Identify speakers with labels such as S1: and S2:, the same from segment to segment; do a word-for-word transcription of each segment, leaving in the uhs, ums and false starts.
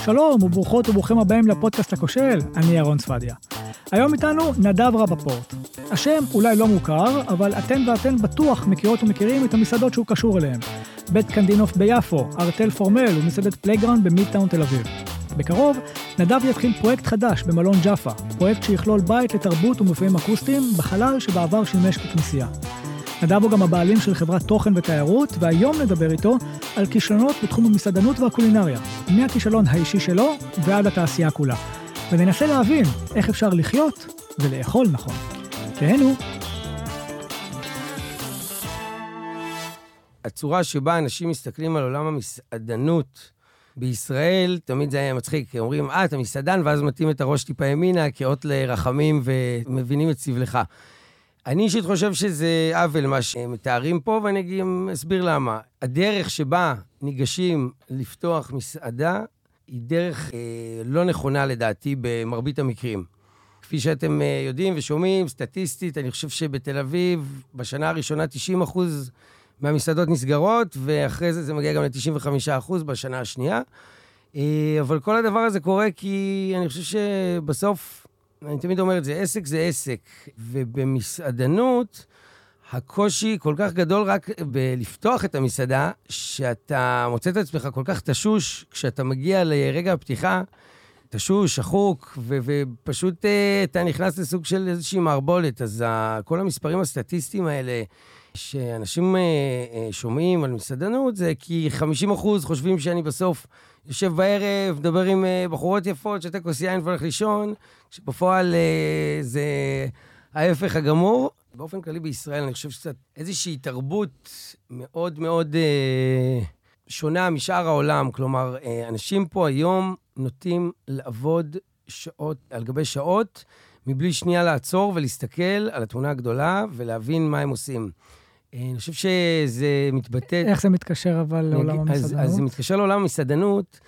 S1: שלום וברוכות וברוכים הבאים לפודקאסט הכושל, אני אהרון צפדיה. היום איתנו נדב רבפורט. השם אולי לא מוכר, אבל אתן ואתן בטוח מכירות ומכירים את המסעדות שהוא קשור אליהן. בית קנדינוף ביפו, ארטל פורמל ומסעדת פלייגראונד במידטאון תל אביב. בקרוב, נדב יתחיל פרויקט חדש במלון ג'אפה, פרויקט שיכלול בית לתרבות ומופעים אקוסטיים בחלל שבעבר שימש ככנסייה. נדב הוא גם הבעלים של חברת תוכן ותיירות, והיום נדבר איתו על כישלונות בתחום המסעדנות והקולינריה, מהכישלון האישי שלו ועד התעשייה כולה. וננסה להבין איך אפשר לחיות ולאכול נכון. תהנו.
S2: הצורה שבה אנשים מסתכלים על עולם המסעדנות בישראל, תמיד זה היה מצחיק, אומרים, אה, אתה מסעדן, ואז מתאים את הראש טיפה ימינה, כאות לרחמים ומבינים את סבלך. אני אישית חושב שזה עוול מה שמתארים פה, ואני גם אסביר למה. הדרך שבה ניגשים לפתוח מסעדה, היא דרך אה, לא נכונה לדעתי במרבית המקרים. כפי שאתם אה, יודעים ושומעים, סטטיסטית, אני חושב שבתל אביב, בשנה הראשונה תשעים אחוז מהמסעדות נסגרות, ואחרי זה זה מגיע גם ל-תשעים וחמישה אחוז בשנה השנייה. אה, אבל כל הדבר הזה קורה כי אני חושב שבסוף, אני תמיד אומר את זה, עסק זה עסק, ובמסעדנות, הקושי כל כך גדול רק בלפתוח את המסעדה, שאתה מוצא את עצמך כל כך תשוש, כשאתה מגיע לרגע הפתיחה, תשוש, שחוק, ו- ופשוט אתה נכנס לסוג של איזושהי מערבולת. אז כל המספרים הסטטיסטיים האלה, שאנשים שומעים על מסעדנות, זה כי חמישים אחוז חושבים שאני בסוף יושב בערב, מדבר עם בחורות יפות, שתה כוס יין והולך לישון, שבפועל זה ההפך הגמור. באופן כללי בישראל אני חושב שקצת איזושהי תרבות מאוד מאוד אה, שונה משאר העולם. כלומר, אה, אנשים פה היום נוטים לעבוד שעות על גבי שעות, מבלי שנייה לעצור ולהסתכל על התמונה הגדולה ולהבין מה הם עושים. אה, אני חושב שזה מתבטא...
S1: איך זה מתקשר אבל לעולם המסעדנות?
S2: אז, אז זה מתקשר לעולם המסעדנות,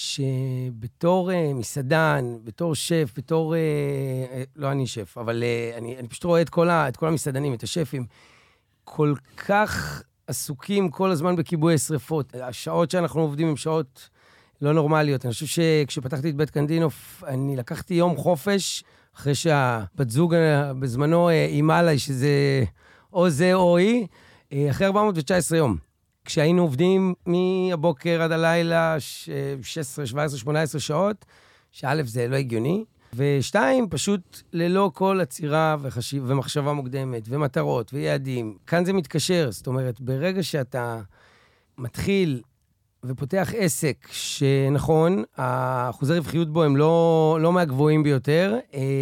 S2: שבתור uh, מסעדן, בתור שף, בתור, uh, לא אני שף, אבל uh, אני, אני פשוט רואה את כל, ה, את כל המסעדנים, את השפים, כל כך עסוקים כל הזמן בכיבוי שריפות. השעות שאנחנו עובדים עם שעות לא נורמליות. אני חושב שכשפתחתי את בית קנדינוף, אני לקחתי יום חופש, אחרי שהבת זוג בזמנו אימה עליי שזה או זה או היא, אחרי ארבע מאות ותשע עשרה יום. כשהיינו עובדים מהבוקר עד הלילה, שש עשרה, שבע עשרה, שמונה עשרה שעות, שא' זה לא הגיוני, ושתיים, פשוט ללא כל עצירה וחשיב, ומחשבה מוקדמת, ומטרות, ויעדים. כאן זה מתקשר, זאת אומרת, ברגע שאתה מתחיל ופותח עסק, שנכון, האחוזי רווחיות בו הם לא, לא מהגבוהים ביותר,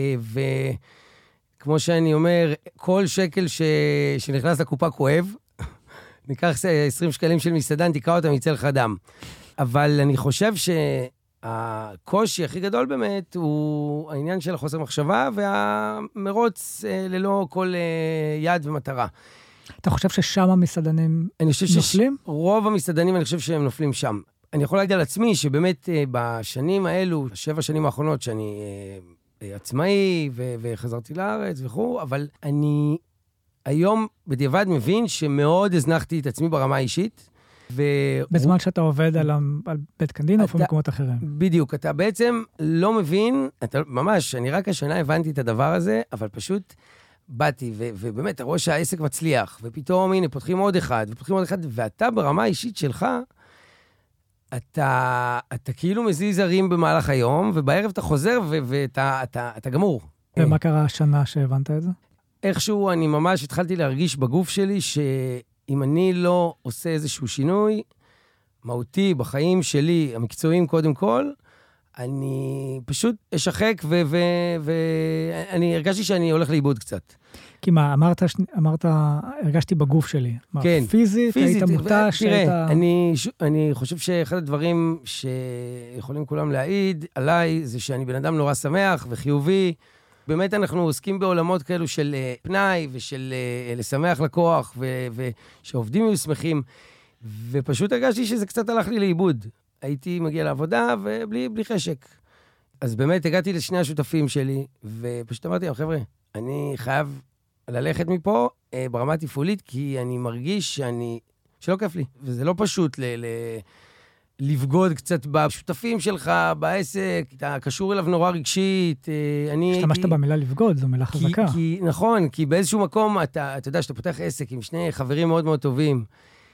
S2: וכמו שאני אומר, כל שקל ש... שנכנס לקופה כואב, ניקח עשרים שקלים של מסעדן, תקרא אותם, יצא לך דם. אבל אני חושב שהקושי הכי גדול באמת הוא העניין של החוסר מחשבה והמרוץ ללא כל יד ומטרה.
S1: אתה חושב ששם המסעדנים נופלים?
S2: רוב המסעדנים, אני חושב שהם נופלים שם. אני יכול להגיד על עצמי שבאמת בשנים האלו, שבע שנים האחרונות שאני עצמאי וחזרתי לארץ וכו', אבל אני... היום בדיעבד מבין שמאוד הזנחתי את עצמי ברמה האישית. ו...
S1: בזמן שאתה עובד על, על בית קנדינוף או מקומות אחרים.
S2: בדיוק, אתה בעצם לא מבין, אתה, ממש, אני רק השנה הבנתי את הדבר הזה, אבל פשוט באתי, ו, ובאמת, אתה רואה שהעסק מצליח, ופתאום, הנה, פותחים עוד אחד, ופותחים עוד אחד, ואתה ברמה האישית שלך, אתה, אתה כאילו מזיז הרים במהלך היום, ובערב אתה חוזר, ו, ואתה אתה, אתה גמור.
S1: ומה קרה השנה שהבנת את זה?
S2: איכשהו אני ממש התחלתי להרגיש בגוף שלי שאם אני לא עושה איזשהו שינוי מהותי בחיים שלי, המקצועיים קודם כל, אני פשוט אשחק ואני הרגשתי שאני הולך לאיבוד קצת.
S1: כי מה, אמרת, אמרת, הרגשתי בגוף שלי.
S2: כן.
S1: פיזית, היית מותש,
S2: תראה, אני, אני חושב שאחד הדברים שיכולים כולם להעיד עליי, זה שאני בן אדם נורא שמח וחיובי, באמת אנחנו עוסקים בעולמות כאלו של פנאי ושל לשמח לקוח, ושעובדים יהיו שמחים, ופשוט הרגשתי שזה קצת הלך לי לאיבוד. הייתי מגיע לעבודה ובלי בלי חשק. אז באמת הגעתי לשני השותפים שלי, ופשוט אמרתי להם, חבר'ה, אני חייב ללכת מפה ברמה תפעולית, כי אני מרגיש שאני, שלא כיף לי. וזה לא פשוט ל... ל לבגוד קצת בשותפים שלך, בעסק, אתה קשור אליו נורא רגשית. אני...
S1: השתמשת במילה לבגוד, זו מילה חזקה.
S2: כי, כי, נכון, כי באיזשהו מקום, אתה, אתה יודע שאתה פותח עסק עם שני חברים מאוד מאוד טובים,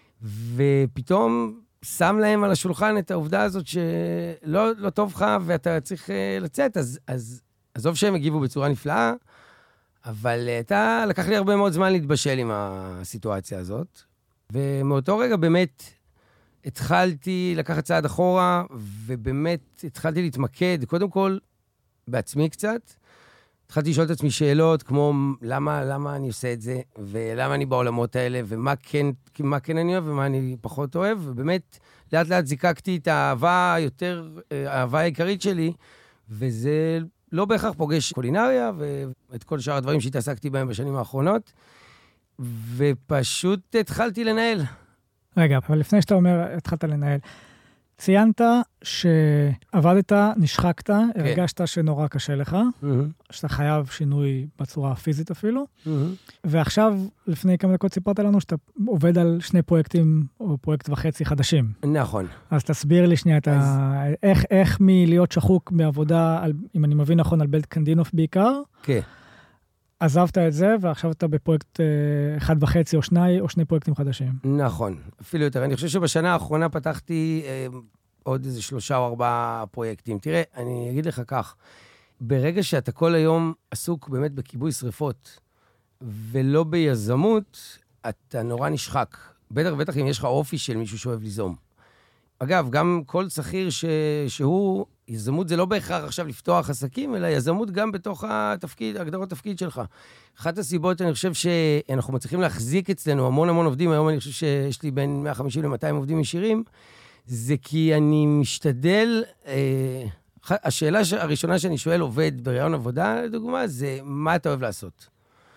S2: ופתאום שם להם על השולחן את העובדה הזאת שלא לא טוב לך, ואתה צריך לצאת, אז, אז עזוב שהם הגיבו בצורה נפלאה, אבל אתה, לקח לי הרבה מאוד זמן להתבשל עם הסיטואציה הזאת, ומאותו רגע באמת התחלתי לקחת צעד אחורה, ובאמת התחלתי להתמקד, קודם כל, בעצמי קצת. התחלתי לשאול את עצמי שאלות, כמו למה, למה אני עושה את זה, ולמה אני בעולמות האלה, ומה כן, מה כן אני אוהב, ומה אני פחות אוהב, ובאמת, לאט לאט זיקקתי את האהבה יותר, האהבה העיקרית שלי, וזה לא בהכרח פוגש קולינריה, ואת כל שאר הדברים שהתעסקתי בהם בשנים האחרונות, ופשוט התחלתי לנהל.
S1: רגע, אבל לפני שאתה אומר, התחלת לנהל, ציינת שעבדת, נשחקת, כן. הרגשת שנורא קשה לך, mm-hmm. שאתה חייב שינוי בצורה הפיזית אפילו, mm-hmm. ועכשיו, לפני כמה דקות סיפרת לנו שאתה עובד על שני פרויקטים, או פרויקט וחצי חדשים.
S2: נכון.
S1: אז תסביר לי שנייה, אז... ה... איך, איך מלהיות שחוק מעבודה, על, אם אני מבין נכון, על בלט קנדינוף בעיקר,
S2: כן.
S1: עזבת את זה, ועכשיו אתה בפרויקט אחד וחצי או שני, או שני פרויקטים חדשים.
S2: נכון, אפילו יותר. אני חושב שבשנה האחרונה פתחתי אה, עוד איזה שלושה או ארבעה פרויקטים. תראה, אני אגיד לך כך, ברגע שאתה כל היום עסוק באמת בכיבוי שריפות, ולא ביזמות, אתה נורא נשחק. בטח ובטח אם יש לך אופי של מישהו שאוהב ליזום. אגב, גם כל שכיר ש... שהוא, יזמות זה לא בהכרח עכשיו לפתוח עסקים, אלא יזמות גם בתוך התפקיד, הגדרות התפקיד שלך. אחת הסיבות, אני חושב שאנחנו מצליחים להחזיק אצלנו המון המון עובדים, היום אני חושב שיש לי בין מאה וחמישים למאתיים עובדים ישירים, זה כי אני משתדל, אה, השאלה הראשונה שאני שואל עובד ברעיון עבודה, לדוגמה, זה מה אתה אוהב לעשות.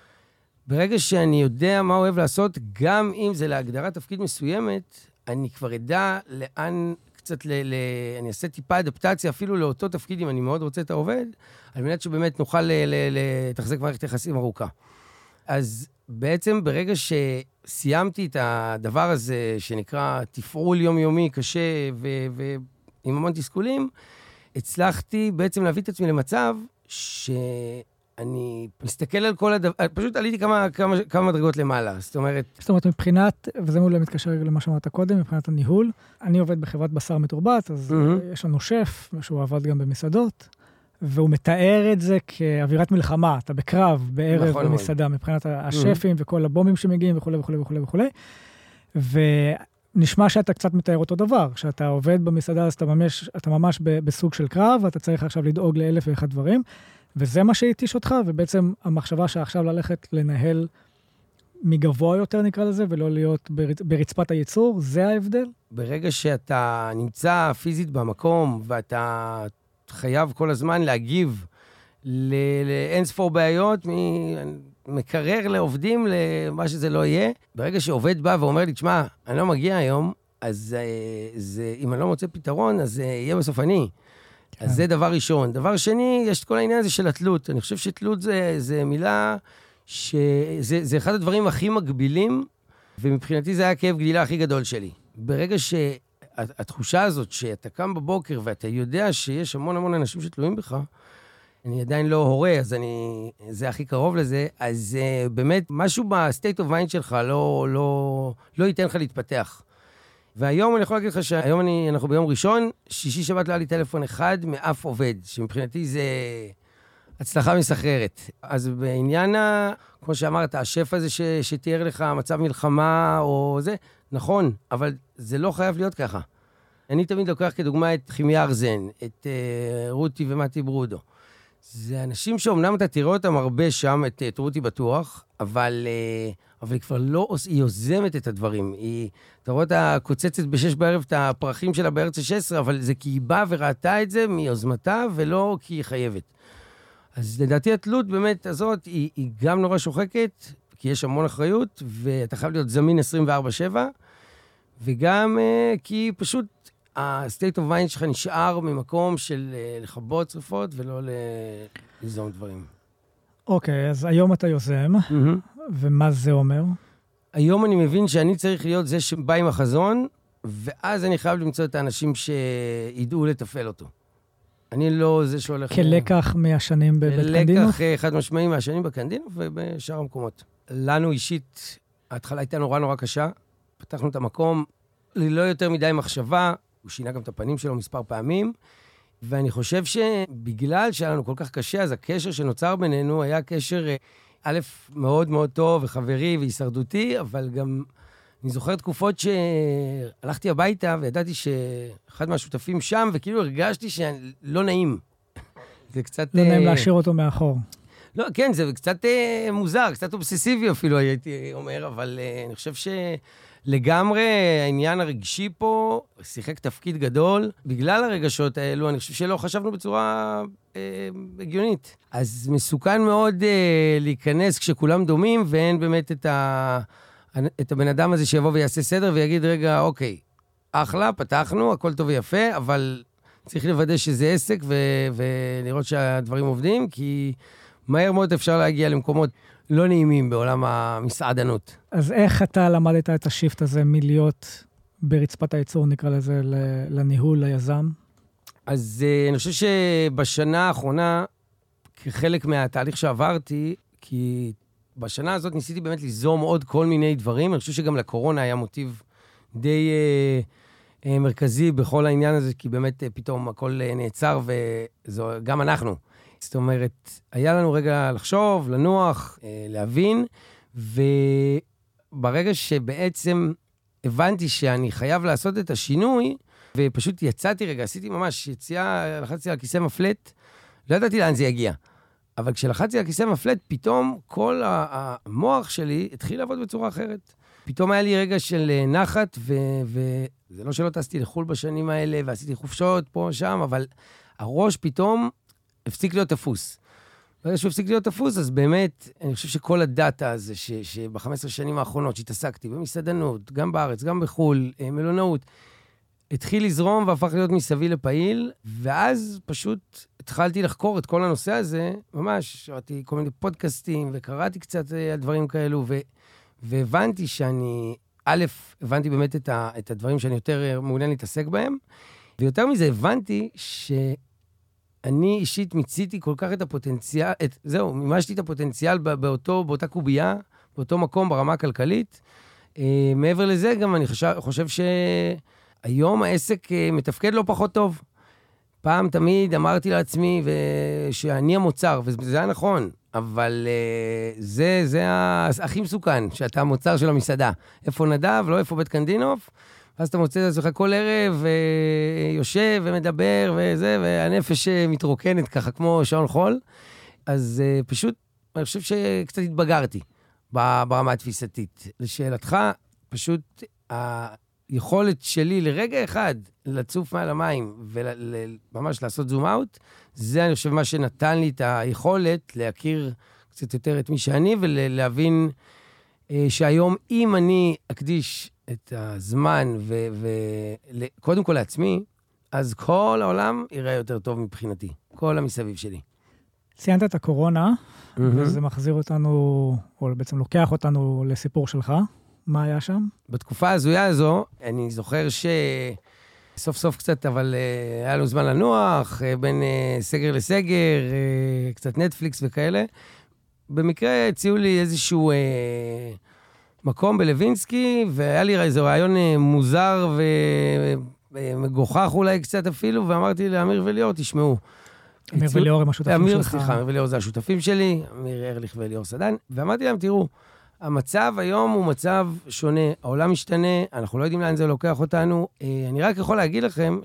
S2: ברגע שאני יודע מה אוהב לעשות, גם אם זה להגדרת תפקיד מסוימת, אני כבר אדע לאן קצת, ל, ל, אני אעשה טיפה אדפטציה אפילו לאותו תפקיד, אם אני מאוד רוצה את העובד, על מנת שבאמת נוכל לתחזק מערכת יחסים ארוכה. אז בעצם ברגע שסיימתי את הדבר הזה, שנקרא תפעול יומיומי קשה ו- ועם המון תסכולים, הצלחתי בעצם להביא את עצמי למצב ש... אני מסתכל על כל הדבר, פשוט עליתי כמה, כמה, כמה מדרגות למעלה, זאת אומרת...
S1: זאת אומרת, מבחינת, וזה מעולה מתקשר למה שאמרת קודם, מבחינת הניהול, אני עובד בחברת בשר מתורבת, אז mm-hmm. יש לנו שף, שהוא עבד גם במסעדות, והוא מתאר את זה כאווירת מלחמה, אתה בקרב, בערב נכון במסעדה, מאוד. מבחינת השפים mm-hmm. וכל הבומים שמגיעים וכו' וכו' וכו' וכו'. ונשמע שאתה קצת מתאר אותו דבר, כשאתה עובד במסעדה, אז אתה ממש, אתה ממש בסוג של קרב, ואתה צריך עכשיו לדאוג לאלף ואחד דברים, וזה מה שהתיש אותך, ובעצם המחשבה שעכשיו ללכת לנהל מגבוה יותר נקרא לזה, ולא להיות ברצפת הייצור, זה ההבדל?
S2: ברגע שאתה נמצא פיזית במקום, ואתה חייב כל הזמן להגיב לאין ספור בעיות, מקרר לעובדים למה שזה לא יהיה, ברגע שעובד בא ואומר לי, תשמע, אני לא מגיע היום, אז זה, אם אני לא מוצא פתרון, אז זה יהיה בסוף אני. אז זה דבר ראשון. דבר שני, יש את כל העניין הזה של התלות. אני חושב שתלות זה, זה מילה שזה זה אחד הדברים הכי מגבילים, ומבחינתי זה היה הכאב גדילה הכי גדול שלי. ברגע שהתחושה הזאת שאתה קם בבוקר ואתה יודע שיש המון המון אנשים שתלויים בך, אני עדיין לא הורה, אז אני, זה הכי קרוב לזה, אז uh, באמת משהו בסטייט אוף מיינד שלך לא, לא, לא ייתן לך להתפתח. והיום אני יכול להגיד לך שהיום אני, אנחנו ביום ראשון, שישי שבת לא היה לי טלפון אחד מאף עובד, שמבחינתי זה הצלחה מסחררת. אז בעניין, כמו שאמרת, השף הזה ש, שתיאר לך מצב מלחמה או זה, נכון, אבל זה לא חייב להיות ככה. אני תמיד לוקח כדוגמה את חימיה ארזן, את uh, רותי ומתי ברודו. זה אנשים שאומנם אתה תראה אותם הרבה שם, את, את רותי בטוח, אבל... Uh, אבל היא כבר לא, היא יוזמת את הדברים. היא, אתה רואה אותה קוצצת בשש בערב את הפרחים שלה בארץ ה-שש עשרה, אבל זה כי היא באה וראתה את זה מיוזמתה, ולא כי היא חייבת. אז לדעתי התלות באמת הזאת, היא, היא גם נורא שוחקת, כי יש המון אחריות, ואתה חייב להיות זמין עשרים וארבע שבע, וגם uh, כי פשוט ה-state of mind שלך נשאר ממקום של uh, לכבות שריפות, ולא ליזום דברים.
S1: אוקיי, אז היום אתה יוזם, ומה זה אומר?
S2: היום אני מבין שאני צריך להיות זה שבא עם החזון, ואז אני חייב למצוא את האנשים שידעו לתפעל אותו. אני לא זה שהולך...
S1: כלקח מהשנים בבית קנדינוף?
S2: כלקח חד משמעי מהשנים בקנדינוף ובשאר המקומות. לנו אישית, ההתחלה הייתה נורא נורא קשה, פתחנו את המקום, ללא יותר מדי מחשבה, הוא שינה גם את הפנים שלו מספר פעמים, ואני חושב שבגלל שהיה לנו כל כך קשה, אז הקשר שנוצר בינינו היה קשר, א', מאוד מאוד טוב וחברי והישרדותי, אבל גם אני זוכר תקופות שהלכתי הביתה וידעתי שאחד מהשותפים שם, וכאילו הרגשתי שלא נעים. זה קצת...
S1: לא נעים להשאיר אותו מאחור.
S2: לא, כן, זה קצת מוזר, קצת אובססיבי אפילו, הייתי אומר, אבל אני חושב שלגמרי העניין הרגשי פה שיחק תפקיד גדול. בגלל הרגשות האלו, אני חושב שלא חשבנו בצורה אה, הגיונית. אז מסוכן מאוד אה, להיכנס כשכולם דומים, ואין באמת את, ה, את הבן אדם הזה שיבוא ויעשה סדר ויגיד, רגע, אוקיי, אחלה, פתחנו, הכל טוב ויפה, אבל צריך לוודא שזה עסק ו, ולראות שהדברים עובדים, כי... מהר מאוד אפשר להגיע למקומות לא נעימים בעולם המסעדנות.
S1: אז איך אתה למדת את השיפט הזה מלהיות ברצפת הייצור, נקרא לזה, לניהול, ליזם?
S2: אז אני חושב שבשנה האחרונה, כחלק מהתהליך שעברתי, כי בשנה הזאת ניסיתי באמת ליזום עוד כל מיני דברים, אני חושב שגם לקורונה היה מוטיב די אה, מרכזי בכל העניין הזה, כי באמת פתאום הכל נעצר, וגם אנחנו. זאת אומרת, היה לנו רגע לחשוב, לנוח, להבין, וברגע שבעצם הבנתי שאני חייב לעשות את השינוי, ופשוט יצאתי רגע, עשיתי ממש יציאה, לחצתי על כיסא מפלט, לא ידעתי לאן זה יגיע. אבל כשלחצתי על כיסא מפלט, פתאום כל המוח שלי התחיל לעבוד בצורה אחרת. פתאום היה לי רגע של נחת, וזה לא שלא טסתי לחול בשנים האלה, ועשיתי חופשות פה שם, אבל הראש פתאום הפסיק להיות תפוס. ברגע שהוא הפסיק להיות תפוס, אז באמת, אני חושב שכל הדאטה הזה, שב-חמש עשרה שנים האחרונות שהתעסקתי במסעדנות, גם בארץ, גם בחול, מלונאות, התחיל לזרום והפך להיות מסביל לפעיל, ואז פשוט התחלתי לחקור את כל הנושא הזה, ממש, שמעתי כל מיני פודקאסטים, וקראתי קצת על דברים כאלו, ו- והבנתי שאני, א', הבנתי באמת את, ה- את הדברים שאני יותר מעוניין להתעסק בהם, ויותר מזה הבנתי ש... אני אישית מיציתי כל כך את הפוטנציאל, את, זהו, מימשתי את הפוטנציאל באותו, באותה קובייה, באותו מקום ברמה הכלכלית. אה, מעבר לזה, גם אני חושב, חושב שהיום העסק אה, מתפקד לא פחות טוב. פעם תמיד אמרתי לעצמי שאני המוצר, וזה היה נכון, אבל אה, זה, זה הכי מסוכן, שאתה המוצר של המסעדה. איפה נדב, לא איפה בית קנדינוף, ואז אתה מוצא את עצמך כל ערב, יושב ומדבר וזה, והנפש מתרוקנת ככה כמו שעון חול. אז פשוט, אני חושב שקצת התבגרתי ברמה התפיסתית. לשאלתך, פשוט היכולת שלי לרגע אחד לצוף מעל המים וממש לעשות זום אאוט, זה אני חושב מה שנתן לי את היכולת להכיר קצת יותר את מי שאני, ולהבין שהיום אם אני אקדיש את הזמן, וקודם כל לעצמי, אז כל העולם יראה יותר טוב מבחינתי. כל המסביב שלי.
S1: ציינת את הקורונה, mm-hmm. וזה מחזיר אותנו, או בעצם לוקח אותנו לסיפור שלך. מה היה שם?
S2: בתקופה הזויה הזו, אני זוכר שסוף סוף קצת, אבל uh, היה לנו זמן לנוח, uh, בין uh, סגר לסגר, uh, קצת נטפליקס וכאלה. במקרה הציעו לי איזשהו... Uh, מקום בלווינסקי, והיה לי איזה רעיון מוזר ומגוחך אולי קצת אפילו, ואמרתי לאמיר וליאור, תשמעו.
S1: אמיר וליאור הם השותפים שלך.
S2: סליחה, אמיר וליאור זה השותפים שלי, אמיר ארליך וליאור סדן, ואמרתי להם, תראו, המצב היום הוא מצב שונה, העולם משתנה, אנחנו לא יודעים לאן זה לוקח אותנו. אני רק יכול להגיד לכם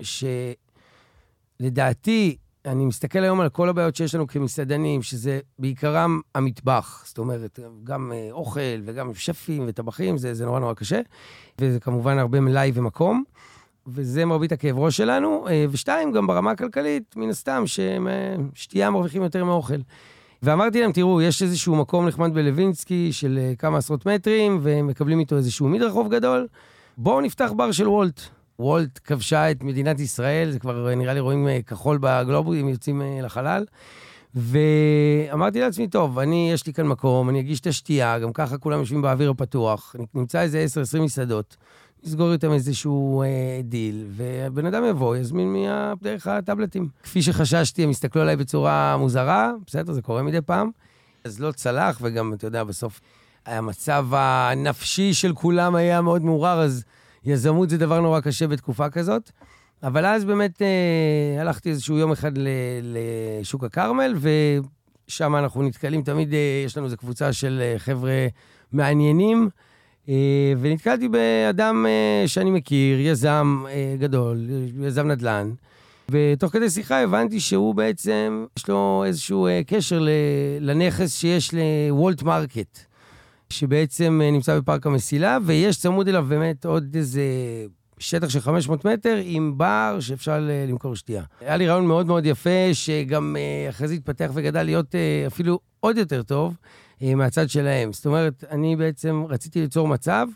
S2: שלדעתי, אני מסתכל היום על כל הבעיות שיש לנו כמסעדנים, שזה בעיקרם המטבח. זאת אומרת, גם אוכל וגם שפים וטבחים, זה, זה נורא נורא קשה. וזה כמובן הרבה מלאי ומקום. וזה מרבית הכאב ראש שלנו. ושתיים, גם ברמה הכלכלית, מן הסתם, ששתייה מרוויחים יותר מאוכל. ואמרתי להם, תראו, יש איזשהו מקום נחמד בלווינסקי של כמה עשרות מטרים, ומקבלים איתו איזשהו מדרחוב גדול. בואו נפתח בר של וולט. וולט כבשה את מדינת ישראל, זה כבר נראה לי רואים כחול בגלובוס, הם יוצאים לחלל. ואמרתי לעצמי, טוב, אני, יש לי כאן מקום, אני אגיש את השתייה, גם ככה כולם יושבים באוויר הפתוח, נמצא איזה עשר עשרים מסעדות, נסגור איתם איזשהו אה, דיל, ובן אדם יבוא, יזמין דרך הטאבלטים. כפי שחששתי, הם הסתכלו עליי בצורה מוזרה, בסדר, זה קורה מדי פעם, אז לא צלח, וגם, אתה יודע, בסוף המצב הנפשי של כולם היה מאוד מעורר, אז יזמות זה דבר נורא קשה בתקופה כזאת. אבל אז באמת אה, הלכתי איזשהו יום אחד ל, לשוק הכרמל, ושם אנחנו נתקלים תמיד, אה, יש לנו איזו קבוצה של אה, חבר'ה מעניינים, אה, ונתקלתי באדם אה, שאני מכיר, יזם אה, גדול, יזם נדל"ן, ותוך כדי שיחה הבנתי שהוא בעצם, יש לו איזשהו אה, קשר ל, לנכס שיש לוולט מרקט, שבעצם אה, נמצא בפארק המסילה, ויש צמוד אליו באמת עוד איזה שטח של חמש מאות מטר עם בר שאפשר למכור שתייה. היה לי רעיון מאוד מאוד יפה, שגם אה, אחרי זה התפתח וגדל להיות אה, אפילו עוד יותר טוב אה, מהצד שלהם. זאת אומרת, אני בעצם רציתי ליצור מצב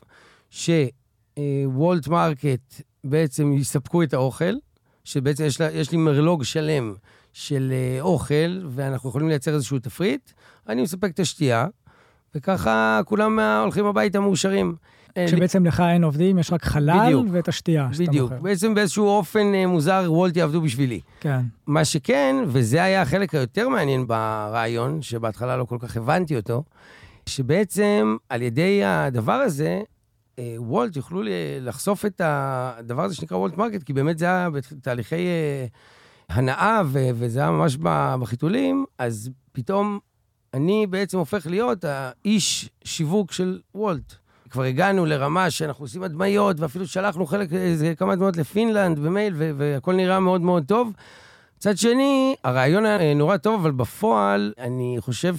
S2: שוולט מרקט בעצם יספקו את האוכל, שבעצם יש, לה, יש לי מרלוג שלם של אה, אוכל, ואנחנו יכולים לייצר איזשהו תפריט, אני מספק את השתייה, וככה כולם הולכים הביתה מאושרים.
S1: שבעצם לך אין עובדים, יש רק חלל בדיוק, ואת השתייה.
S2: בדיוק, בעצם באיזשהו אופן מוזר, וולט יעבדו בשבילי.
S1: כן.
S2: מה שכן, וזה היה החלק היותר מעניין ברעיון, שבהתחלה לא כל כך הבנתי אותו, שבעצם על ידי הדבר הזה, וולט יוכלו לחשוף את הדבר הזה שנקרא וולט מרקט, כי באמת זה היה בתהליכי הנאה, וזה היה ממש בחיתולים, אז פתאום אני בעצם הופך להיות האיש שיווק של וולט. כבר הגענו לרמה שאנחנו עושים הדמיות, ואפילו שלחנו חלק, איזה כמה הדמיות לפינלנד במייל, והכל נראה מאוד מאוד טוב. מצד שני, הרעיון היה נורא טוב, אבל בפועל אני חושב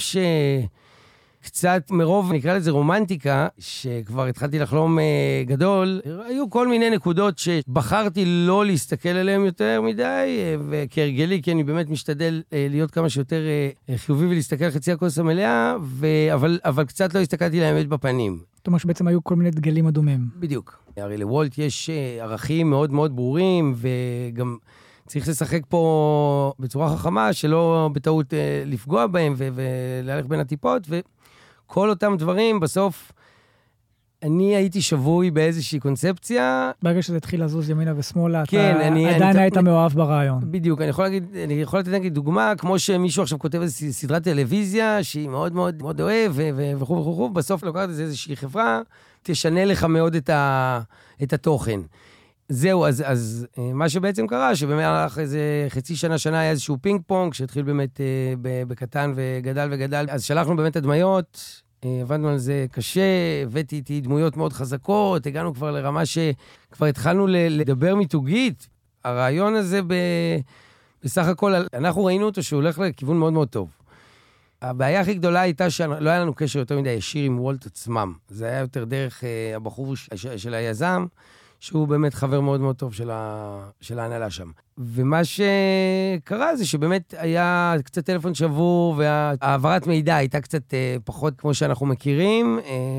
S2: שקצת מרוב, נקרא לזה רומנטיקה, שכבר התחלתי לחלום גדול, היו כל מיני נקודות שבחרתי לא להסתכל עליהן יותר מדי, וכהרגלי, כי אני באמת משתדל להיות כמה שיותר חיובי ולהסתכל על חצי הכוס המלאה, אבל, אבל קצת לא הסתכלתי לאמת בפנים.
S1: זאת אומרת שבעצם היו כל מיני דגלים אדומים.
S2: בדיוק. הרי לוולט יש ערכים מאוד מאוד ברורים, וגם צריך לשחק פה בצורה חכמה, שלא בטעות לפגוע בהם ולהלך בין הטיפות, וכל אותם דברים בסוף, אני הייתי שבוי באיזושהי קונספציה.
S1: ברגע שזה התחיל לזוז ימינה ושמאלה,
S2: כן,
S1: אתה
S2: אני,
S1: עדיין
S2: אני,
S1: היית אני... מאוהב ברעיון.
S2: בדיוק, אני יכול להגיד, אני יכול לתת להגיד דוגמה, כמו שמישהו עכשיו כותב איזושהי סדרת טלוויזיה, שהיא מאוד מאוד מאוד אוהב, וכו' וכו' וכו', בסוף לוקחת איזושהי חברה, תשנה לך מאוד את, ה, את התוכן. זהו, אז, אז מה שבעצם קרה, שבמהלך איזה חצי שנה, שנה היה איזשהו פינג פונג, שהתחיל באמת בקטן וגדל וגדל, אז שלחנו באמת הדמיות, עבדנו על זה קשה, הבאתי איתי דמויות מאוד חזקות, הגענו כבר לרמה שכבר התחלנו לדבר מיתוגית. הרעיון הזה ב... בסך הכל, אנחנו ראינו אותו שהוא הולך לכיוון מאוד מאוד טוב. הבעיה הכי גדולה הייתה שלא היה לנו קשר יותר מדי ישיר עם וולט עצמם. זה היה יותר דרך הבחור של היזם, שהוא באמת חבר מאוד מאוד טוב של, ה... של ההנהלה שם. ומה שקרה זה שבאמת היה קצת טלפון שבור, והעברת מידע הייתה קצת פחות כמו שאנחנו מכירים,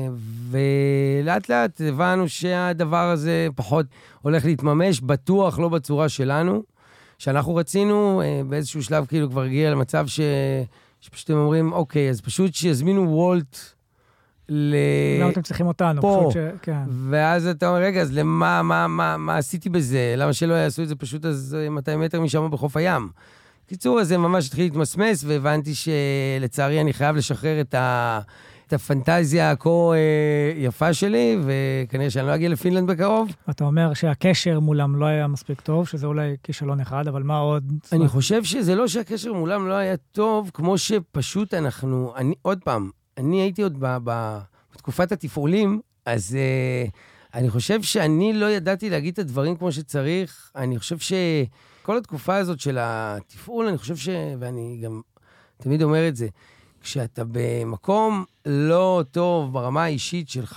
S2: ולאט לאט הבנו שהדבר הזה פחות הולך להתממש, בטוח לא בצורה שלנו, שאנחנו רצינו, באיזשהו שלב כאילו כבר הגיע למצב ש... שפשוט הם אומרים, אוקיי, אז פשוט שיזמינו וולט, ל...
S1: למה אתם צריכים אותנו?
S2: פה.
S1: ש... כן.
S2: ואז אתה אומר, רגע, אז למה, מה, מה, מה עשיתי בזה? למה שלא יעשו את זה פשוט אז מאתיים מטר משם בחוף הים? קיצור, אז זה ממש התחיל להתמסמס, והבנתי שלצערי אני חייב לשחרר את, ה... את הפנטזיה הכה יפה שלי, וכנראה שאני לא אגיע לפינלנד בקרוב.
S1: אתה אומר שהקשר מולם לא היה מספיק טוב, שזה אולי כישלון אחד, אבל מה עוד?
S2: אני חושב שזה לא שהקשר מולם לא היה טוב, כמו שפשוט אנחנו, אני, עוד פעם, אני הייתי עוד ב, ב, בתקופת התפעולים, אז uh, אני חושב שאני לא ידעתי להגיד את הדברים כמו שצריך. אני חושב שכל התקופה הזאת של התפעול, אני חושב ש... ואני גם תמיד אומר את זה, כשאתה במקום לא טוב ברמה האישית שלך,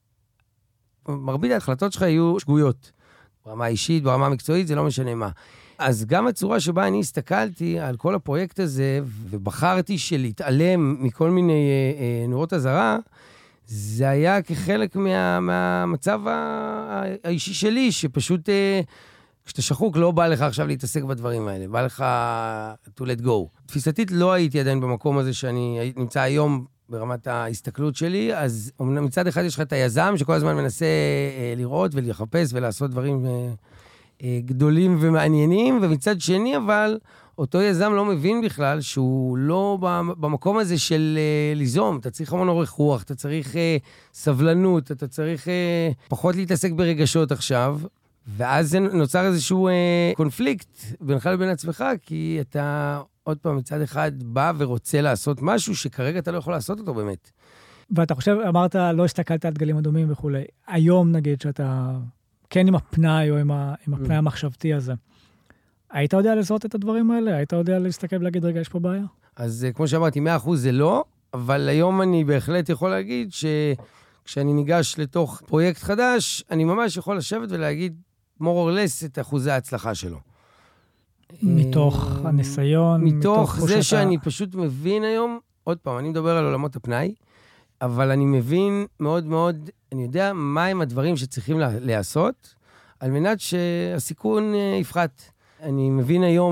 S2: מרבית ההחלטות שלך יהיו שגויות. ברמה האישית, ברמה המקצועית, זה לא משנה מה. אז גם הצורה שבה אני הסתכלתי על כל הפרויקט הזה, ובחרתי שלהתעלם מכל מיני אה, אה, נורות הזרה, זה היה כחלק מה, מהמצב האישי שלי, שפשוט אה, כשאתה שחוק לא בא לך עכשיו להתעסק בדברים האלה, בא לך to let go. תפיסתית לא הייתי עדיין במקום הזה שאני נמצא היום ברמת ההסתכלות שלי, אז מצד אחד יש לך את היזם, שכל הזמן מנסה אה, לראות ולחפש ולעשות דברים אה, אה, גדולים ומעניינים, ומצד שני, אבל אותו יזם לא מבין בכלל שהוא לא במקום הזה של אה, ליזום. אתה צריך המון אורך רוח, אתה צריך אה, סבלנות, אתה צריך אה, פחות להתעסק ברגשות עכשיו, ואז נוצר איזשהו אה, קונפליקט בינך לבין עצמך, כי אתה עוד פעם מצד אחד בא ורוצה לעשות משהו שכרגע אתה לא יכול לעשות אותו באמת.
S1: ואתה חושב, אמרת, לא הסתכלת על דגלים אדומים וכו'. היום נגיד שאתה כן עם הפנאי או עם, ה, עם הפנאי המחשבתי הזה, היית יודע לזהות את הדברים האלה? היית יודע להסתכל ולהגיד, רגע, יש פה בעיה?
S2: אז כמו שאמרתי, מאה אחוז זה לא, אבל היום אני בהחלט יכול להגיד שכשאני ניגש לתוך פרויקט חדש, אני ממש יכול לשבת ולהגיד, more or less את אחוזי ההצלחה שלו.
S1: מתוך הניסיון,
S2: מתוך זה שאני פשוט מבין היום, עוד פעם, אני מדבר על עולמות הפנאי, אבל אני מבין מאוד מאוד, אני יודע מהם הדברים שצריכים להיעשות, על מנת שהסיכון יפחת. אני מבין היום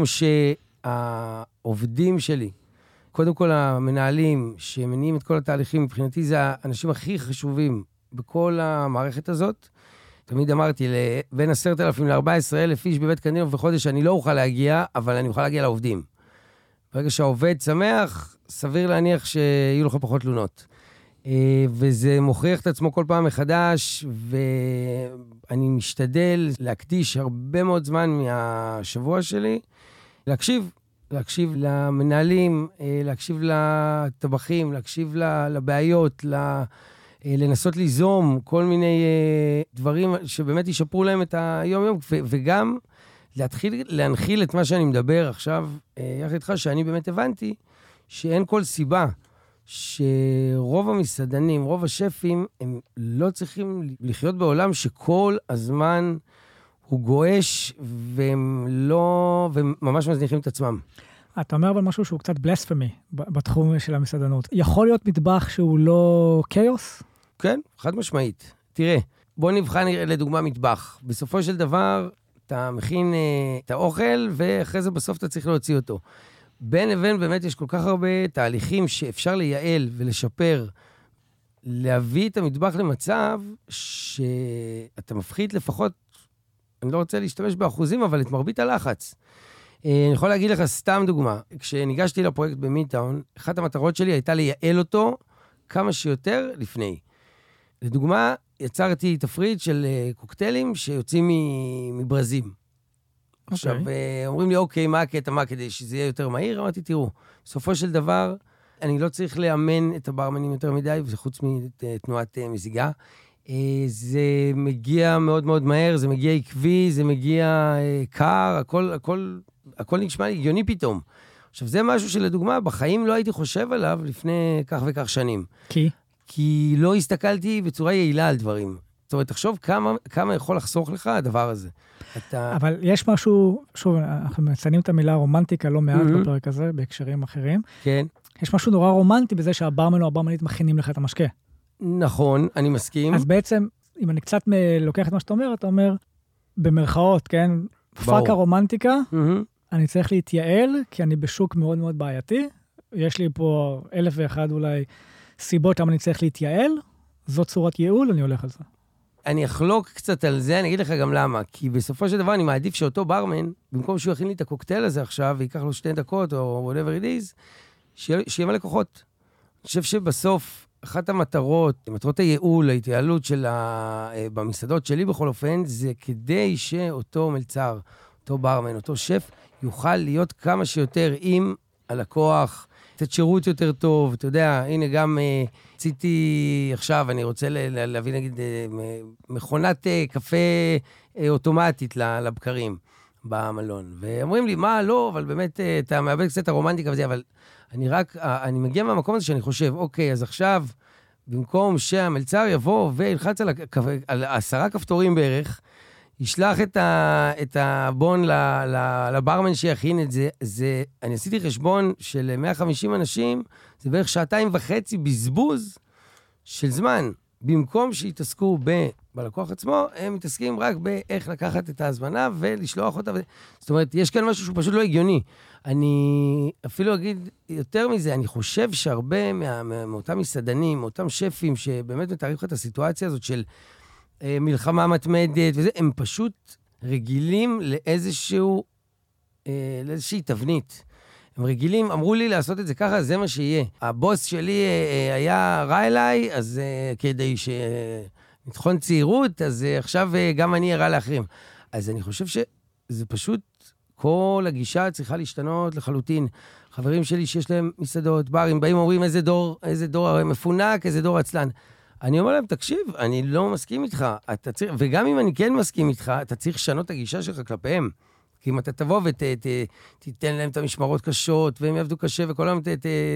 S2: שהעובדים שלי, קודם כל המנהלים שמניעים את כל התהליכים, מבחינתי זה האנשים הכי חשובים בכל המערכת הזאת. תמיד אמרתי, בין עשרת אלפים לארבע עשרה אלף איש בבית קנדינו בחודש, אני לא אוכל להגיע, אבל אני אוכל להגיע לעובדים. ברגע שהעובד שמח, סביר להניח שיהיו לך פחות תלונות. וזה מוכיח את עצמו כל פעם מחדש, ואני משתדל להקדיש הרבה מאוד זמן מהשבוע שלי, להקשיב, להקשיב למנהלים, להקשיב לטבחים, להקשיב לבעיות, לנסות ליזום כל מיני דברים שבאמת ישפרו להם את היום-יום, וגם להתחיל להנחיל את מה שאני מדבר עכשיו, יחד איתך, שאני באמת הבנתי שאין כל סיבה שרוב המסעדנים, רוב השפים, הם לא צריכים לחיות בעולם שכל הזמן הוא גואש, והם לא, והם ממש מזניחים את עצמם.
S1: אתה אומר אבל משהו שהוא קצת בלספמי בתחום של המסעדנות. יכול להיות מטבח שהוא לא קיוס?
S2: כן, חד משמעית. תראה, בוא נבחן לדוגמה מטבח. בסופו של דבר, אתה מכין אה, את האוכל, ואחרי זה בסוף אתה צריך להוציא אותו. בין לבין באמת יש כל כך הרבה תהליכים שאפשר לייעל ולשפר, להביא את המטבח למצב שאתה מפחית לפחות, אני לא רוצה להשתמש באחוזים, אבל את מרבית הלחץ. אני יכול להגיד לך סתם דוגמה, כשניגשתי לפרויקט במידטאון, אחת המטרות שלי הייתה לייעל אותו כמה שיותר לפני. לדוגמה, יצרתי תפריט של קוקטיילים שיוצאים מברזים. Okay. עכשיו, אומרים לי, אוקיי, מה הקטע, מה כדי שזה יהיה יותר מהיר? אמרתי, תראו, בסופו של דבר, אני לא צריך לאמן את הברמנים יותר מדי, וזה חוץ מתנועת מזיגה. זה מגיע מאוד מאוד מהר, זה מגיע עקבי, זה מגיע קר, הכל, הכל, הכל נשמע הגיוני פתאום. עכשיו, זה משהו שלדוגמה, בחיים לא הייתי חושב עליו לפני כך וכך שנים.
S1: כי?
S2: כי לא הסתכלתי בצורה יעילה על דברים. זאת אומרת, תחשוב כמה, כמה יכול לחסוך לך הדבר הזה. אתה...
S1: אבל יש משהו, שוב, אנחנו מציינים את המילה רומנטיקה לא מעט mm-hmm. בפרק הזה, בהקשרים אחרים.
S2: כן.
S1: יש משהו נורא רומנטי בזה שהברמן או הברמנית מכינים לך את המשקה.
S2: נכון, אני מסכים.
S1: אז בעצם, אם אני קצת לוקח את מה שאתה אומר, אתה אומר, במרכאות, כן, פאק הרומנטיקה, mm-hmm. אני צריך להתייעל, כי אני בשוק מאוד מאוד בעייתי. יש לי פה אלף ואחד אולי סיבות למה אני צריך להתייעל. זאת צורת ייעול, אני הולך על זה.
S2: אני אחלוק קצת על זה, אני אגיד לך גם למה. כי בסופו של דבר אני מעדיף שאותו ברמן, במקום שהוא יכין לי את הקוקטייל הזה עכשיו, ויקח לו שתי דקות, או whatever it is, שיהיה מלקוחות. אני חושב שבסוף, אחת המטרות, מטרות הייעול, ההתייעלות של ה... במסעדות שלי בכל אופן, זה כדי שאותו מלצר, אותו ברמן, אותו שף, יוכל להיות כמה שיותר עם הלקוח, לתת שירות יותר טוב. אתה יודע, הנה גם רציתי עכשיו, אני רוצה להביא נגיד מכונת קפה אוטומטית לבקרים במלון. ואומרים לי, מה, לא, אבל באמת אתה מאבד קצת הרומנטיקה וזה, אבל אני רק, אני מגיע מהמקום הזה שאני חושב, אוקיי, אז עכשיו, במקום שהמלצר יבוא וילחץ על, הקו, על עשרה כפתורים בערך, ישלח את, ה, את הבון ל, ל, לברמן שיכין את זה, זה, אני עשיתי חשבון של מאה וחמישים אנשים, זה בערך שעתיים וחצי בזבוז של זמן, במקום שיתעסקו בלקוח עצמו, הם מתעסקים רק באיך לקחת את ההזמנה ולשלוח אותה. ו... זאת אומרת, יש כאן משהו שהוא פשוט לא הגיוני. אני אפילו אגיד יותר מזה, אני חושב שהרבה מה, מה, מאותם מסעדנים, מאותם שפים, שבאמת מתארים לך את הסיטואציה הזאת של אה, מלחמה מתמדת וזה, הם פשוט רגילים לאיזשהו, אה, לאיזושהי תבנית. הם רגילים, אמרו לי לעשות את זה ככה, זה מה שיהיה. הבוס שלי אה, היה רע אליי, אז אה, כדי שנתחון צעירות, אז אה, עכשיו אה, גם אני אראה לאחרים. אז אני חושב שזה פשוט, כל הגישה צריכה להשתנות לחלוטין. חברים שלי שיש להם מסעדות, ברים, באים אומרים איזה דור, איזה דור מפונק, איזה דור עצלן. אני אומר להם, תקשיב, אני לא מסכים איתך. אתה צריך, וגם אם אני כן מסכים איתך, אתה צריך לשנות את הגישה שלך כלפיהם. כי אם אתה תבוא ותיתן להם את המשמרות קשות, והם יעבדו קשה, וכל היום ת...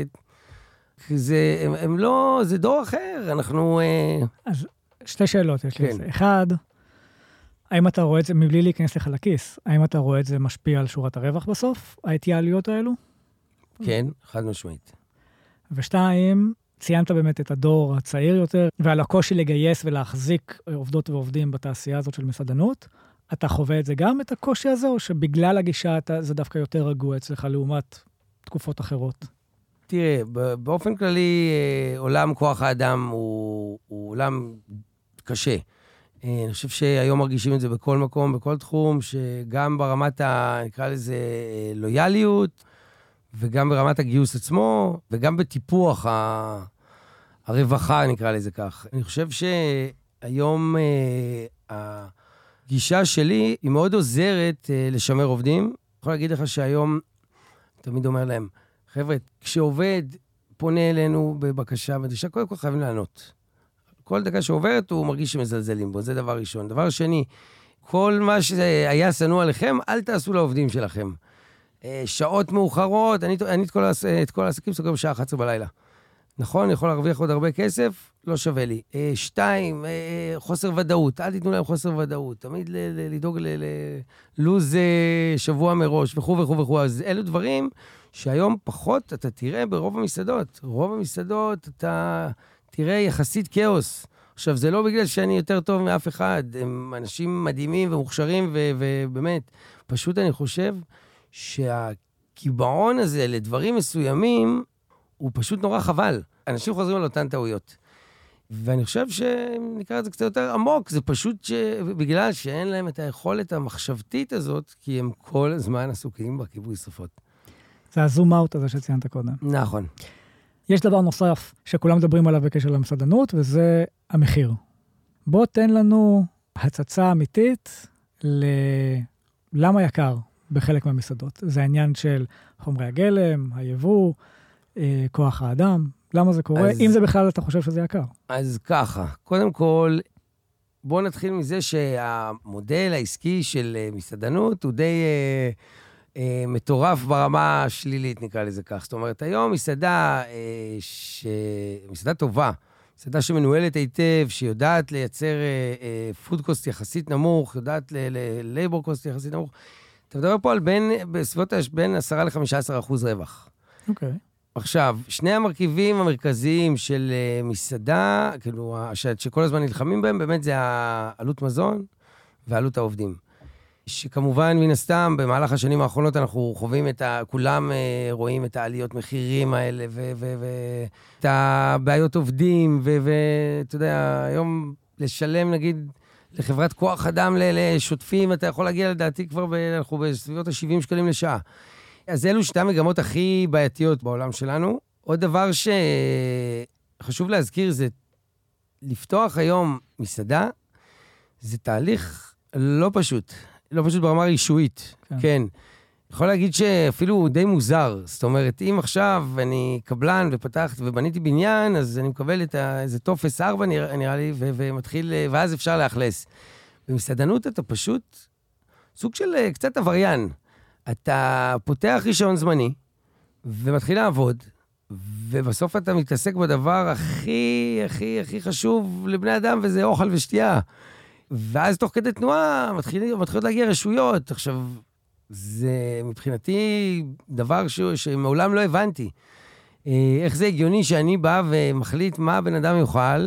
S2: זה, הם, הם לא, זה דור אחר, אנחנו...
S1: אז שתי שאלות יש לי. אחד, האם אתה רואה את זה, מבלי להיכנס לך לכיס, האם אתה רואה את זה משפיע על שורת הרווח בסוף, ההתייעלויות האלו?
S2: כן, חד משמעית.
S1: ושתיים, ציינת באמת את הדור הצעיר יותר, ועל הקושי לגייס ולהחזיק עובדות ועובדים בתעשייה הזאת של מסעדנות. אתה חווה את זה גם, את הקושי הזה, או שבגלל הגישה אתה, זה דווקא יותר רגוע אצלך לעומת תקופות אחרות?
S2: תראה, באופן כללי, עולם כוח האדם הוא, הוא עולם קשה. אני חושב שהיום מרגישים את זה בכל מקום, בכל תחום, שגם ברמת, ה, נקרא לזה, לויאליות, וגם ברמת הגיוס עצמו, וגם בטיפוח ה, הרווחה, נקרא לזה כך. אני חושב שהיום ה... גישה שלי היא מאוד עוזרת אה, לשמר עובדים. אני יכול להגיד לך שהיום, תמיד אומר להם, חבר'ה, כשעובד פונה אלינו בבקשה, בדרישה, קודם כל חייבים לענות. כל דקה שעוברת הוא מרגיש שמזלזלים בו, זה דבר ראשון. דבר שני, כל מה שהיה שנוא עליכם, אל תעשו לעובדים שלכם. אה, שעות מאוחרות, אני, אני את כל, את כל העסקים סוגר בשעה אחת עשרה בלילה. נכון, אני יכול להרוויח עוד הרבה כסף, לא שווה לי. אה, שתיים, אה, חוסר ודאות, אל תיתנו להם חוסר ודאות, תמיד ל- ל- לדאוג ללוז ל- שבוע מראש, וכו' וכו' וכו'. אז אלו דברים שהיום פחות אתה תראה ברוב המסעדות. רוב המסעדות אתה תראה יחסית כאוס. עכשיו, זה לא בגלל שאני יותר טוב מאף אחד, הם אנשים מדהימים ומוכשרים, ו- ובאמת, פשוט אני חושב שהקיבעון הזה לדברים מסוימים, הוא פשוט נורא חבל. אנשים חוזרים על אותן טעויות. ואני חושב שנקרא את זה קצת יותר עמוק, זה פשוט בגלל שאין להם את היכולת המחשבתית הזאת, כי הם כל הזמן עסוקים בכיבוי שרפות.
S1: זה הזום אאוט הזה שציינת קודם.
S2: נכון.
S1: יש דבר נוסף שכולם מדברים עליו בקשר למסעדנות, וזה המחיר. בוא תן לנו הצצה אמיתית ללמה יקר בחלק מהמסעדות. זה העניין של חומרי הגלם, היבוא, כוח האדם, למה זה קורה? אז, אם זה בכלל אתה חושב שזה יקר.
S2: אז ככה, קודם כל, בואו נתחיל מזה שהמודל העסקי של מסעדנות הוא די אה, אה, מטורף ברמה השלילית, נקרא לזה כך. זאת אומרת, היום מסעדה, אה, ש... מסעדה טובה, מסעדה שמנוהלת היטב, שיודעת לייצר פוד קוסט יחסית נמוך, יודעת ללייבור קוסט יחסית נמוך. אתה מדבר פה על בין, בסביבות בין עשרה ל-חמישה עשר אחוז רווח.
S1: אוקיי. Okay.
S2: עכשיו, שני המרכיבים המרכזיים של uh, מסעדה, כאילו, ש, שכל הזמן נלחמים בהם, באמת זה העלות מזון ועלות העובדים. שכמובן, מן הסתם, במהלך השנים האחרונות אנחנו חווים את ה... כולם uh, רואים את העליות מחירים האלה, ואת הבעיות עובדים, ואתה יודע, היום לשלם, נגיד, לחברת כוח אדם לשוטפים, אתה יכול להגיע לדעתי כבר, ב, אנחנו בסביבות ה-שבעים שקלים לשעה. אז אלו שתי המגמות הכי בעייתיות בעולם שלנו. עוד דבר שחשוב להזכיר זה, לפתוח היום מסעדה, זה תהליך לא פשוט. לא פשוט ברמה רישויית. כן. כן. יכול להגיד שאפילו די מוזר. זאת אומרת, אם עכשיו אני קבלן ופתחת ובניתי בניין, אז אני מקבל את איזה טופס ארבע, נראה, נראה לי, ו- ומתחיל, ואז אפשר לאכלס. במסעדנות אתה פשוט סוג של קצת עבריין. אתה פותח רישיון זמני, ומתחיל לעבוד, ובסוף אתה מתעסק בדבר הכי, הכי, הכי חשוב לבני אדם, וזה אוכל ושתייה. ואז תוך כדי תנועה, מתחילים, מתחילות להגיע רשויות. עכשיו, זה מבחינתי דבר ש... שמעולם לא הבנתי. איך זה הגיוני שאני בא ומחליט מה הבן אדם יוכל,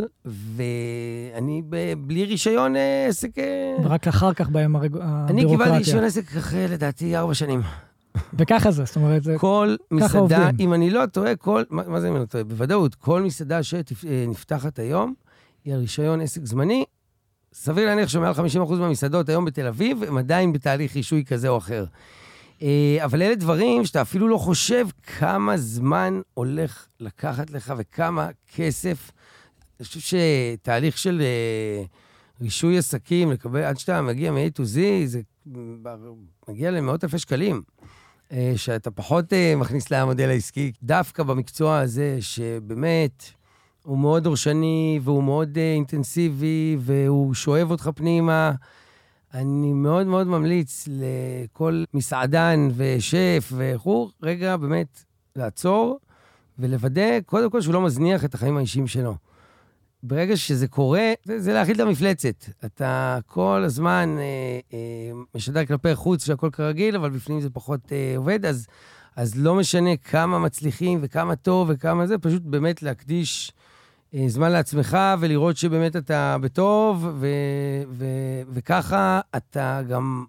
S2: ואני בלי רישיון עסק...
S1: ורק אחר כך בהם הבירוקרטיה.
S2: אני קיבלתי רישיון עסק אחרי, לדעתי, ארבע שנים.
S1: וככה זה, זאת אומרת, זה...
S2: כל מסעדה, אם אני לא טועה, כל... מה זה אם אני לא טועה? בוודאות, כל מסעדה שנפתחת היום, היא הרישיון עסק זמני, סביר להניח שמעל חמישים אחוז מהמסעדות היום בתל אביב, הם עדיין בתהליך רישוי כזה או אחר. אבל אלה דברים שאתה אפילו לא חושב כמה זמן הולך לקחת לך וכמה כסף. אני חושב שתהליך של רישוי עסקים, לקבל, עד שאתה מגיע מ-A to Z, זה מגיע למאות אלפי שקלים, שאתה פחות מכניס למודל העסקי. דווקא במקצוע הזה, שבאמת הוא מאוד דורשני, והוא מאוד אינטנסיבי, והוא שואב אותך פנימה, אני מאוד מאוד ממליץ לכל מסעדן ושף וכו', רגע באמת לעצור ולוודא, קודם כל שהוא לא מזניח את החיים האישיים שלו. ברגע שזה קורה, זה, זה להכיל את המפלצת. אתה כל הזמן אה, אה, משדר כלפי חוץ שהכל כרגיל, אבל בפנים זה פחות אה, עובד, אז, אז לא משנה כמה מצליחים וכמה טוב וכמה זה, פשוט באמת להקדיש זמן לעצמך, ולראות שבאמת אתה בטוב, ו- ו- וככה אתה גם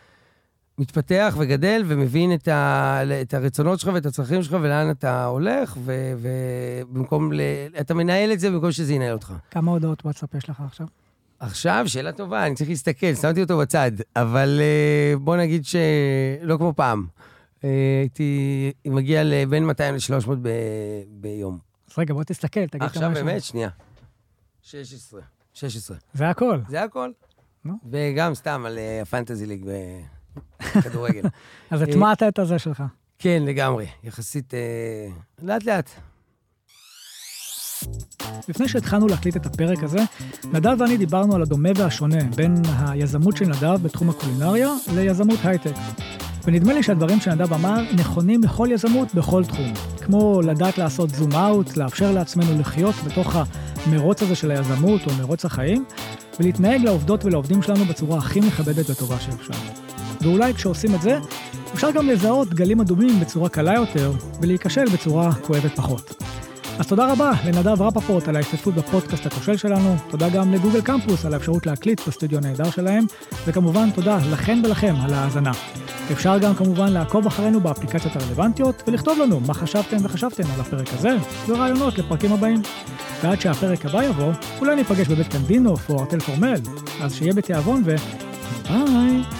S2: מתפתח וגדל, ומבין את, ה- את הרצונות שלך ואת הצרכים שלך, ולאן אתה הולך, ובמקום, ל- אתה מנהל את זה במקום שזה ינהל אותך.
S1: כמה הודעות וואטסאפ יש לך עכשיו?
S2: עכשיו, שאלה טובה, אני צריך להסתכל, שמתי אותו בצד, אבל בוא נגיד שלא כמו פעם. הייתי מגיע לבין מאתיים לשלוש מאות ב- ביום.
S1: אז רגע, בוא תסתכל, תגיד כמה יש.
S2: עכשיו באמת, שנייה. שש עשרה. שש עשרה.
S1: זה הכל.
S2: זה הכל.
S1: נו.
S2: וגם סתם על הפנטזי ליג בכדורגל.
S1: אז הטמעת את הזה שלך.
S2: כן, לגמרי. יחסית לאט לאט.
S1: לפני שהתחלנו להקליט את הפרק הזה, נדב ואני דיברנו על הדומה והשונה בין היזמות של נדב בתחום הקולינריה ליזמות הייטק. ונדמה לי שהדברים שנדב אמר נכונים לכל יזמות בכל תחום. כמו לדעת לעשות זום אאוט, לאפשר לעצמנו לחיות בתוך המרוץ הזה של היזמות או מרוץ החיים, ולהתנהג לעובדות ולעובדים שלנו בצורה הכי מכבדת וטובה שאפשר. ואולי כשעושים את זה, אפשר גם לזהות גלים אדומים בצורה קלה יותר, ולהיכשל בצורה כואבת פחות. אז תודה רבה לנדב רפפורט על ההשתתפות בפודקאסט הכושל שלנו, תודה גם לגוגל קמפוס על האפשרות להקליט בסטודיו הנהדר שלהם, וכמובן תודה לכן ולכם על ההאזנה. אפשר גם כמובן לעקוב אחרינו באפליקציות הרלוונטיות, ולכתוב לנו מה חשבתם וחשבתם על הפרק הזה, ורעיונות לפרקים הבאים. ועד שהפרק הבא יבוא, אולי ניפגש בבית קנדינוף או ארטל פורמל, אז שיהיה בתיאבון ו... ביי!